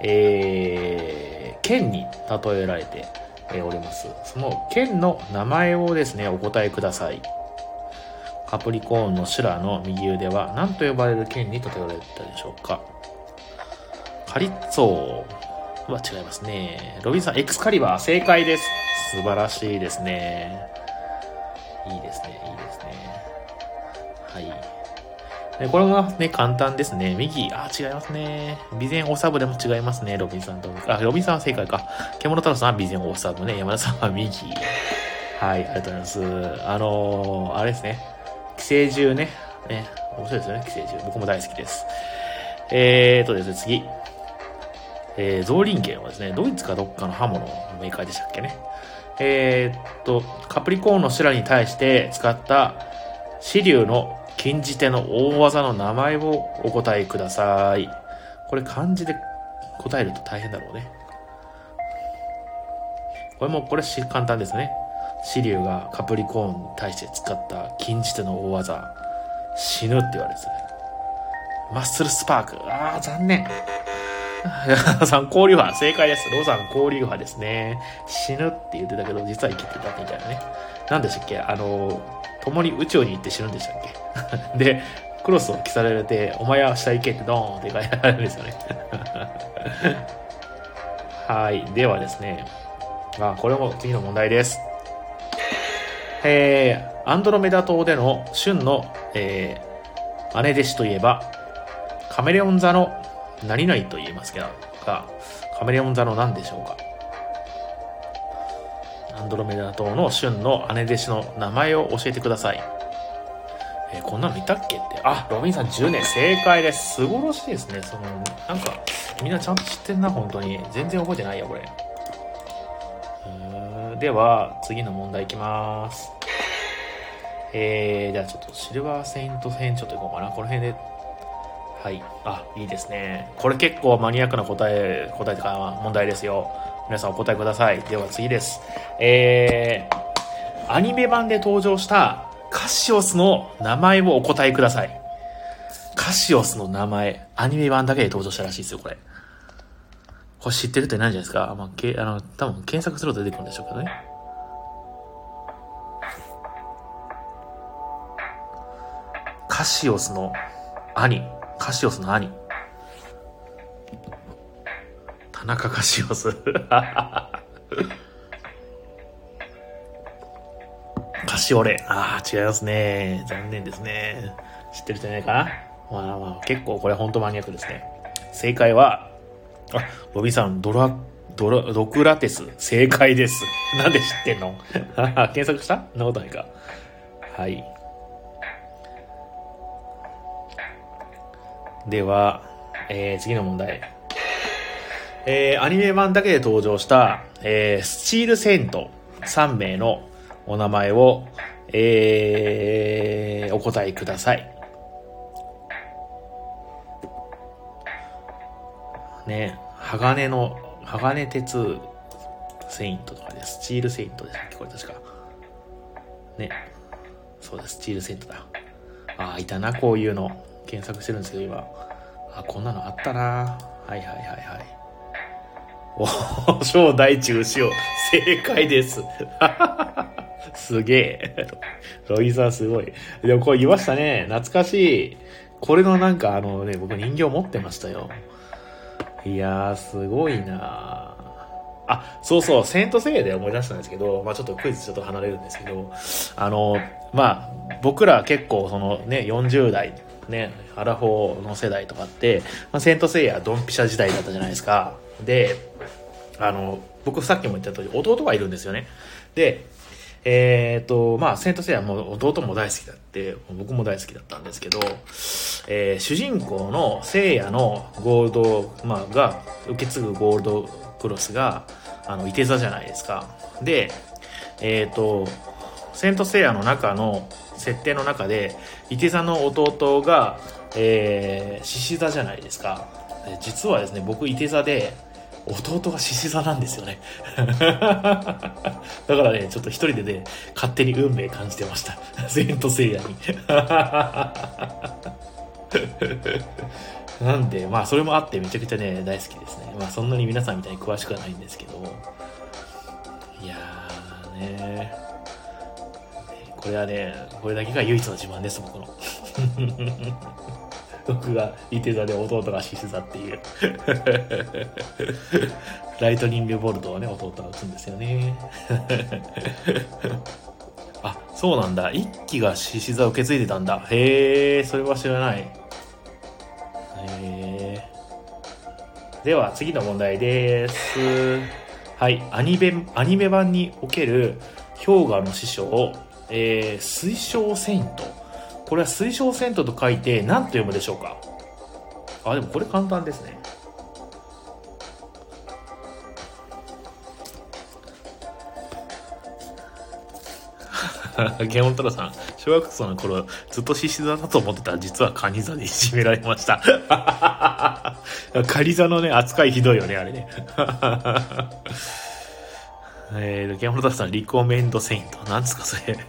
剣に例えられております。その剣の名前をですね、お答えください。カプリコーンの修羅の右腕は何と呼ばれる剣に例えられたでしょうか。カリッツォは違いますね。ロビンさん、エクスカリバー、正解です。素晴らしいですね。いいですね、いいですね。はい。これもね、簡単ですね。右、違いますね。備前オサブでも違いますね。ロビンさんと。ロビンさんは正解か。獣太郎さんは備前オサブね。山田さんは右。はい、ありがとうございます。あれですね。寄生獣ね。面白いですよね、寄生獣。僕も大好きです。ですね、次。ゾーリンゲンはですね、ドイツかどっかの刃物のメーカーでしたっけね。カプリコーンの修羅に対して使った紫龍の禁じ手の大技の名前をお答えください。これ漢字で答えると大変だろうね。これ簡単ですね。紫龍がカプリコーンに対して使った禁じ手の大技、死ぬって言われてたね。マッスルスパーク。残念。さん、交流派。正解です。ロザン交流派ですね。死ぬって言ってたけど、実は生きてたみたいなね。何でしたっけ、共に宇宙に行って死ぬんでしたっけで、クロスを着されて、お前は下行けってドーンって書いてあるんですよね。はい。ではですね。これも次の問題です。アンドロメダ島での春の、姉弟子といえば、カメレオン座の何々と言いますが、カメレオン座の何でしょうか。アンドロメダ島の春の姉弟子の名前を教えてください。こんなの見たっけって。ロビンさん10年正解です。素晴らしいですね。なんか、みんなちゃんと知ってんな、本当に。全然覚えてないよ、これ。では、次の問題いきます。じゃあちょっとシルバーセイント編ちょっといこうかな。この辺で。はい。いいですね。これ結構マニアックな答えとか問題ですよ。皆さんお答えください。では次です。アニメ版で登場したカシオスの名前をお答えください。カシオスの名前、アニメ版だけで登場したらしいですよ、これ。これ知ってるって何じゃないですか。多分検索すると出てくるんでしょうけどね。カシオスの兄。田中カシオス。カシオレ。違いますね。残念ですね。知ってる人いないかな。結構これ本当マニアックですね。正解は、ロビンさん、ドクラテス。正解です。なんで知ってんの検索した？そんなことないか。はい。では、次の問題。アニメ版だけで登場した、スチールセイント3名のお名前を、お答えください。ね、鋼鉄セイントとかでスチールセイントでしたっけ、これ確か。ね。そうです、スチールセイントだ。いたな、こういうの。検索してるんですけど、今。こんなのあったな。はい。小大中小。正解です。すげえ。ロイさんすごい。でもこれ言いましたね。懐かしい。これの僕人形持ってましたよ。いやー、すごいな。そうそう、セイントセイヤで思い出したんですけど、ちょっとクイズちょっと離れるんですけど、僕ら結構40代ね、アラフォーの世代とかって、セイントセイヤドンピシャ時代だったじゃないですか。で、僕さっきも言った通り弟がいるんですよね。で、セイントセイヤも弟も大好きだって、僕も大好きだったんですけど、主人公のセイヤのゴールド、が、受け継ぐゴールドクロスが、いて座じゃないですか。で、セイントセイヤの中の設定の中で、いて座の弟が、獅子座じゃないですか。実はですね、僕いて座で、弟が獅子座なんですよね。だからね、ちょっと一人でね、勝手に運命感じてました。セイントセイヤに。なんで、それもあってめちゃくちゃね、大好きですね。そんなに皆さんみたいに詳しくはないんですけど。いやーね、これはね、これだけが唯一の自慢です、僕の。僕がいて座で弟が獅子座っていう。ライトニングボルトをね、弟が打つんですよね。あ、そうなんだ。一期が獅子座を受け継いでたんだ。へえ、それは知らない。では次の問題です。はい、アニメ版における氷河の師匠、水晶セイント。これは水晶セイントと書いて何と読むでしょうか。あ、でもこれ簡単ですね。ゲモン太郎さん、小学生の頃ずっと獅子座だと思ってたら実はカニ座でいじめられました。カニ座のね、扱いひどいよね、あれね。ゲモン太郎さん、リコメンドセイント。なんですか、それ。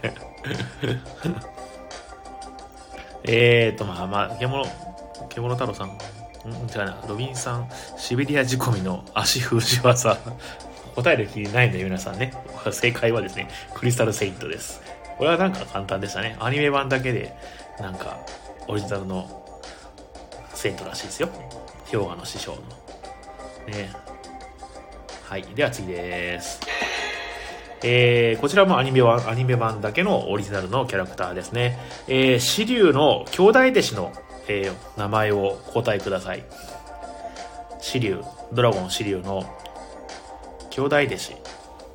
獣太郎さん。違うな。ロビンさん、シベリア仕込みの足封じ技。答える気ないんで皆さんね。正解はですね、クリスタルセイントです。これはなんか簡単でしたね。アニメ版だけで、なんか、オリジナルのセイントらしいですよ。氷河の師匠の。ね。はい。では次です。こちらもアニメ版だけのオリジナルのキャラクターですね。シリュウの兄弟弟子の、名前をお答えください。シリュウ、ドラゴンシリュウの兄弟弟子。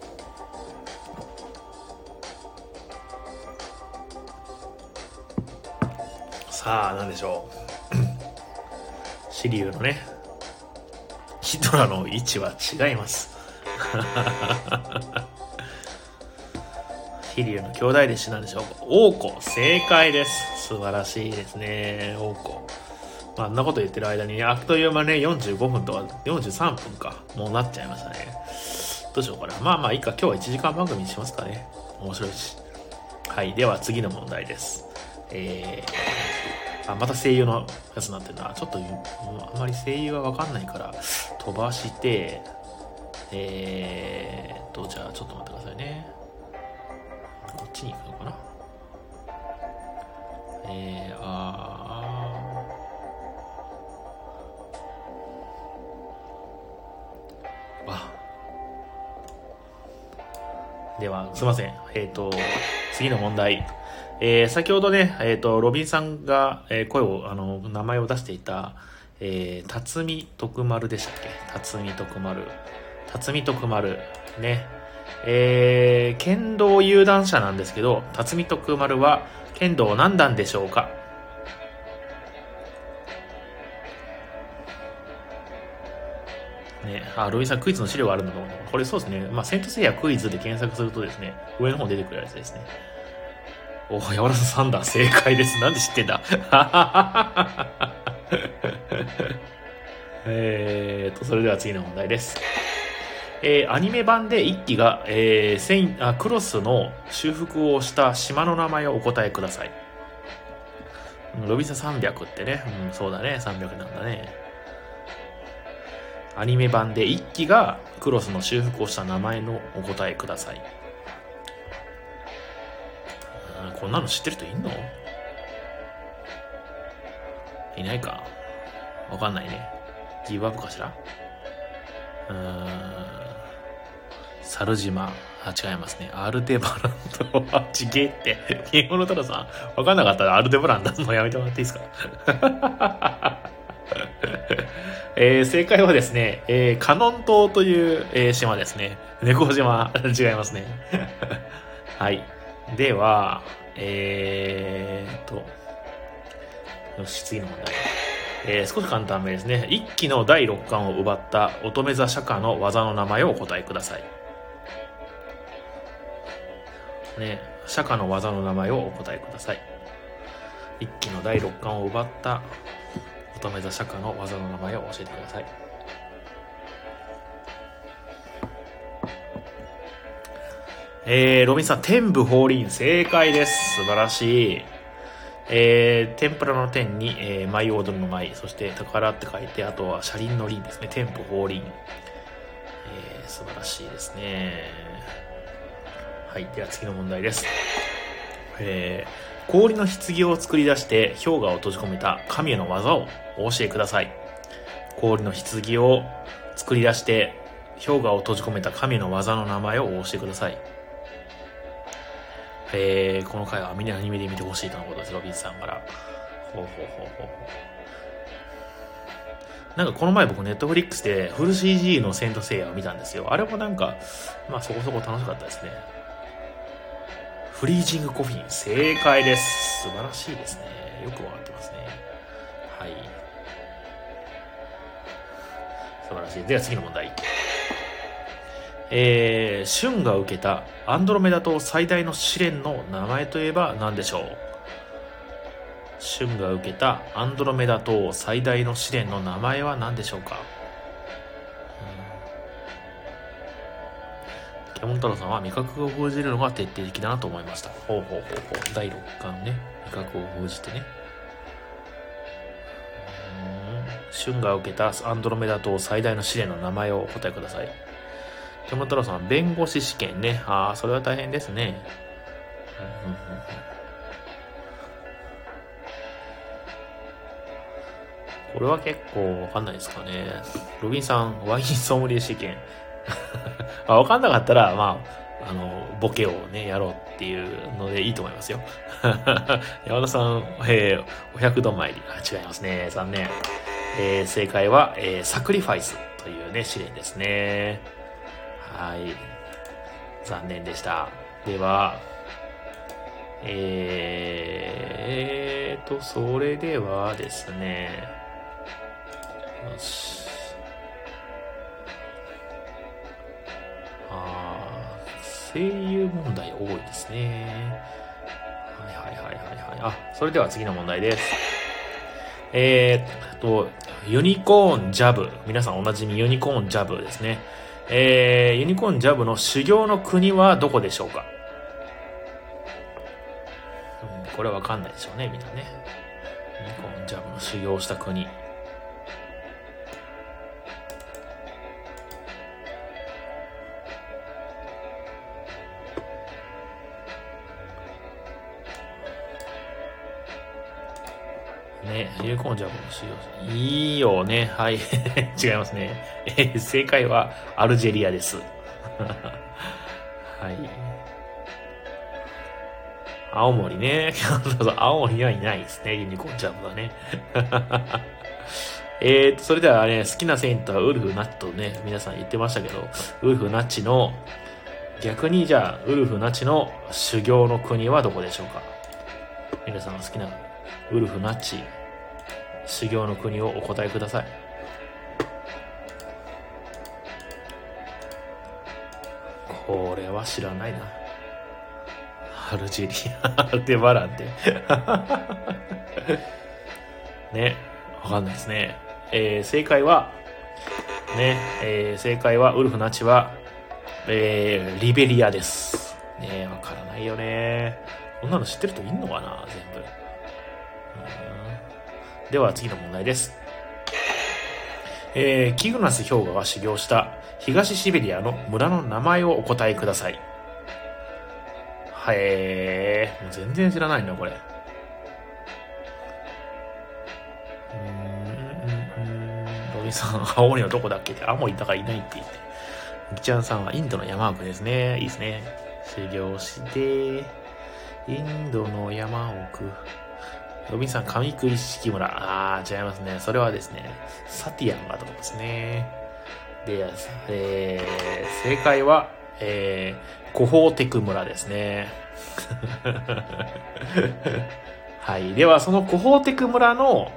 さあ、何でしょう。シリュウのね、ヒドラの位置は違います。シリュウの兄弟弟子なんでしょうか。オオコ、正解です。素晴らしいですね、オオコ。あんなこと言ってる間に、あっという間ね、45分とか43分か、もうなっちゃいましたね。どうしようかな。いいか、今日は1時間番組にしますかね。面白いし。はい、では次の問題です。また声優のやつになってるな。ちょっと、あんまり声優はわかんないから、飛ばして、じゃあちょっと待ってくださいね。こっちに行くのかな。では、すいません。次の問題。先ほどね、ロビンさんが、声を、名前を出していた、辰巳徳丸でしたっけ。辰巳徳丸。ね。剣道有段者なんですけど、辰巳徳丸は剣道何段でしょうか。ね、ロビンさんクイズの資料があるのかな。これそうですね。セイントセイヤクイズで検索するとですね、上の方出てくるやつですね。山田さん3段正解です。なんで知ってんだ。それでは次の問題です。アニメ版で一期が、クロスの修復をした島の名前をお答えください。ロビンさん300ってね、そうだね、300なんだね。アニメ版で一期がクロスの修復をした名前のお答えください。こんなの知ってる人いんの？いないか。わかんないね。ギブアップかしら。猿島。 あ、違いますね。アルデバランドはちげって。ゲームの太郎さん、わかんなかったらアルデバランドもやめてもらっていいですか？正解はですね、カノン島という、島ですね。猫島、違いますね。はい。では、よし、次の問題。少し簡単めですね。一期の第六冠を奪った乙女座釈迦の技の名前をお答えください。ね、釈迦の技の名前をお答えください。一期の第六冠を奪った乙女座釈迦の技の名前を教えてください。ロビンさん、天部法輪、正解です。素晴らしい。天ぷらの天に、舞を踊るの舞、そして宝って書いて、あとは車輪の輪ですね。天部法輪。素晴らしいですね。はい、では次の問題です。氷の棺を作り出して氷河を閉じ込めた神への技をお教えください。氷の棺を作り出して氷河を閉じ込めた神への技の名前をお教えください。この回はミニアニメで見てほしいとのことです。ロビンさんから。ほう。なんかこの前僕ネットフリックスでフル CG のセントセイヤを見たんですよ。あれもなんか、まあそこそこ楽しかったですね。フリージングコフィン、正解です。素晴らしいですね。よくわかってますね。はい。素晴らしい。では次の問題。シュンが受けたアンドロメダ島最大の試練の名前といえば何でしょう？シュンが受けたアンドロメダ島最大の試練の名前は何でしょうか？キャモン太郎さんは味覚を封じるのが徹底的だなと思いました。ほう。第6巻ね。味覚を封じてね。シュンが受けたアンドロメダ島最大の試練の名前をお答えください。キャモン太郎さんは弁護士試験ね。ああ、それは大変ですね。これは結構わかんないですかね。ロビンさん、ワインソムリエ試験。わかんなかったら、まあ、ボケをね、やろうっていうのでいいと思いますよ。山田さん、お百度参り。違いますね。残念。正解は、サクリファイスというね、試練ですね。はい。残念でした。では、それではですね、よし。声優問題多いですね。はい。それでは次の問題です。ユニコーンジャブ。皆さんおなじみユニコーンジャブですね。ユニコーンジャブの修行の国はどこでしょうか？これはわかんないでしょうね、みんなね。ユニコーンジャブの修行した国。ね、ユニコーンジャブの修行。いいよね。はい。違いますね。正解はアルジェリアです。はい。青森ね。青森にはいないですね。ユニコーンジャブはね。それではね、好きなセイントはウルフナッチとね、皆さん言ってましたけど、ウルフナッチの、逆にじゃあ、ウルフナッチの修行の国はどこでしょうか？皆さんが好きなウルフナッチ、修行の国をお答えください。これは知らないな。アルジェリアでバランでね、わかんないですね。正解はウルフナチは、リベリアです。ね、わからないよね。こんなの知ってる人いんのかな、全部。では次の問題です。キグナス氷河が修行した東シベリアの村の名前をお答えください。もう全然知らないのこれ。ロビンさん、青森のどこだっけって、青森だからいないって言って。 みきちゃんさんはインドの山奥ですね。いいですね。修行して、インドの山奥。ロビンさん、上食い式村。違いますね。それはですね、サティアンがあるところですね。で、正解は、コホーテク村ですね。はい。では、そのコホーテク村の、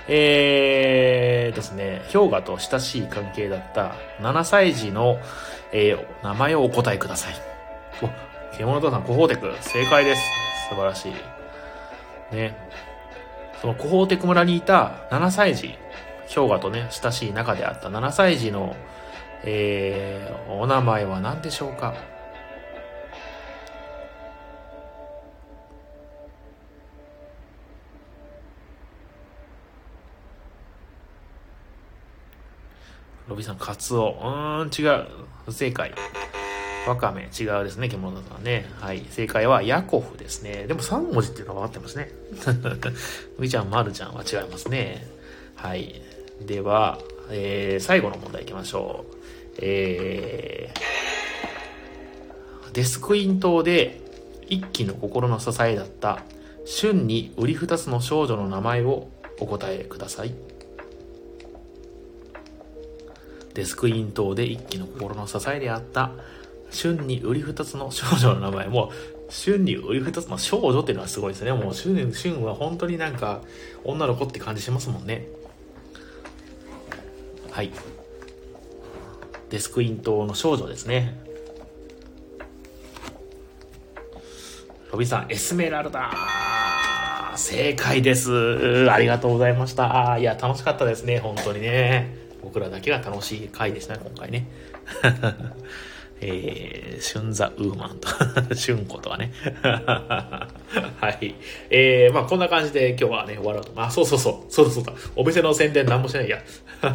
ですね、氷河と親しい関係だった7歳児の、名前をお答えください。獣父さん、コホーテク、正解です。素晴らしい。ね。そのコホーテク村にいた7歳児、氷河とね、親しい仲であった7歳児の、お名前は何でしょうか？ロビさん、カツオ。違う。不正解。ワカメ、違うですね、獣さんね。はい。正解はヤコフですね。でも3文字っていうのが分かってますね。みちゃん、まるちゃんは違いますね。はい。では、最後の問題いきましょう。デスクイン島で一期の心の支えだった春に売り二つの少女の名前をお答えください。デスクイン島で一期の心の支えであった春に売り二つの少女の名前も、春に売り二つの少女っていうのはすごいですね。もう春は本当になんか女の子って感じしますもんね。はい。デスクイン島の少女ですね。ロビンさん、エスメラルダ。正解です。ありがとうございました。いや、楽しかったですね。本当にね。僕らだけが楽しい回でしたね、今回ね。シュンザウーマンと、シュンコとかね。はい。まあこんな感じで今日はね、終わろうと。そうだ。お店の宣伝なんもしないや。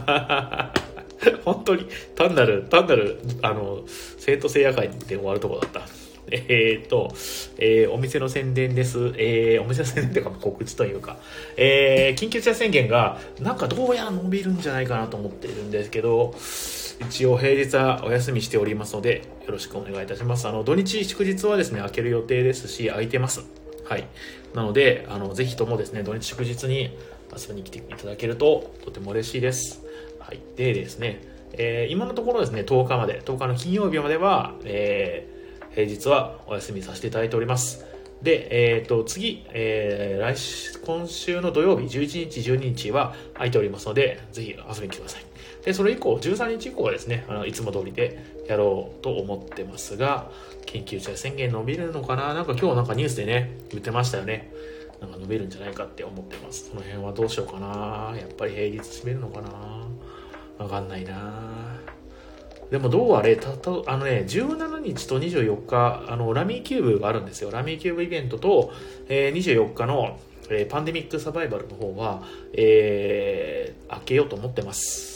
本当に単なる、生徒聖夜会で終わるところだった。お店の宣伝です。お店の宣伝というか告知というか、緊急事態宣言がなんかどうやら伸びるんじゃないかなと思っているんですけど、一応平日はお休みしておりますので、よろしくお願いいたします。土日祝日はですね、開ける予定ですし、空いてます。はい。なので、ぜひともですね、土日祝日に遊びに来ていただけるととても嬉しいです。はい。でですね、今のところですね、10日の金曜日までは、平日はお休みさせていただいております。で、次、今週の土曜日、11日、12日は空いておりますので、ぜひ遊びに来てください。で、それ以降、13日以降はですね、いつも通りでやろうと思ってますが、緊急事態宣言伸びるのかな？なんか今日なんかニュースでね、言ってましたよね。なんか伸びるんじゃないかって思ってます。その辺はどうしようかな。やっぱり平日閉めるのかな。わかんないな。でもどうあれ、17日と24日、ラミーキューブがあるんですよ。ラミーキューブイベントと、24日の、パンデミックサバイバルの方は、開けようと思ってます。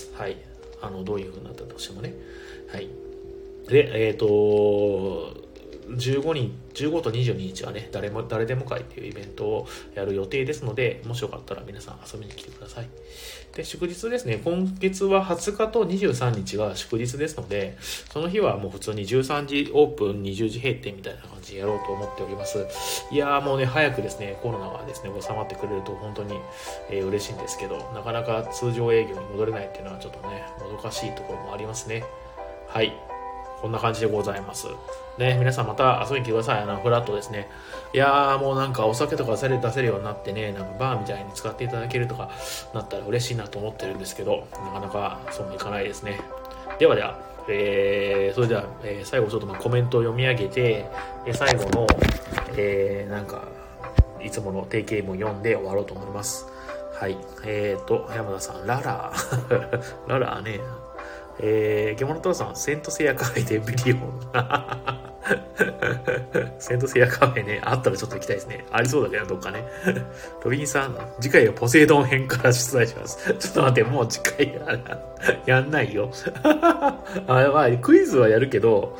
はい。どういう風になったとしてもね。はい。で、15と22日はね、誰でも会っていうイベントをやる予定ですので、もしよかったら皆さん遊びに来てください。で、祝日ですね。今月は20日と23日が祝日ですので、その日はもう普通に13時オープン、20時閉店みたいな感じでやろうと思っております。いやーもうね、早くですね、コロナがですね、収まってくれると本当に、嬉しいんですけど、なかなか通常営業に戻れないっていうのはちょっとね、もどかしいところもありますね。はい。こんな感じでございます。ね、皆さんまた遊びに来てください。フラットですね。いやーもうなんかお酒とか出せるようになってね、なんかバーみたいに使っていただけるとかなったら嬉しいなと思ってるんですけど、なかなかそうもいかないですね。では、それでは、最後ちょっとコメントを読み上げて、最後の、なんか、いつもの定型文読んで終わろうと思います。はい。山田さん、ララララね。獣父さん、セントセイヤカフェでビリオン。セントセイヤカフェね、あったらちょっと行きたいですね。ありそうだけど、どっかね。ロビンさん、次回はポセイドン編から出題します。ちょっと待って、もう次回やんないよ。まあ、クイズはやるけど、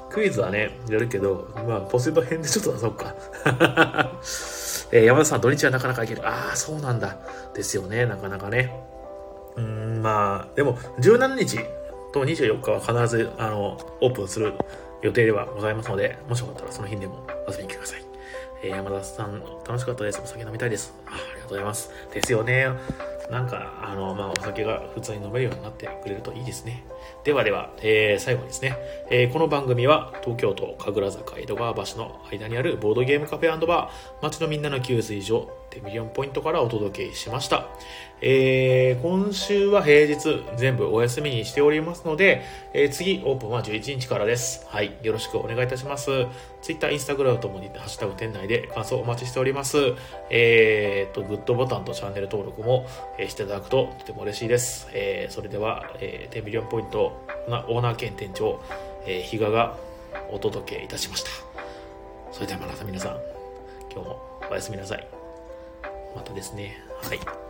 まあ、ポセイドン編でちょっと出そうか。山田さん、土日はなかなか行ける。そうなんだ。ですよね、なかなかね。まあ、でも、17日、 と24日は必ずオープンする予定ではございますので、もしよかったらその日でも遊びに来てください。山田さん楽しかったです。お酒飲みたいです。ありがとうございます。ですよね。なんかお酒が普通に飲めるようになってくれるといいですね。ではでは、最後にですね、この番組は東京都神楽坂江戸川橋の間にあるボードゲームカフェ&バー、街のみんなの給水所テミリオンポイントからお届けしました。今週は平日全部お休みにしておりますので、次オープンは11日からです。はい、よろしくお願いいたします。Twitter、Instagram ともにハッシュタグ店内で感想お待ちしております。グッドボタンとチャンネル登録も、していただくととても嬉しいです。それでは、10ミリオンポイントオーナー兼店長、比嘉がお届けいたしました。それではまた皆さん、今日もおやすみなさい。またですね。はい。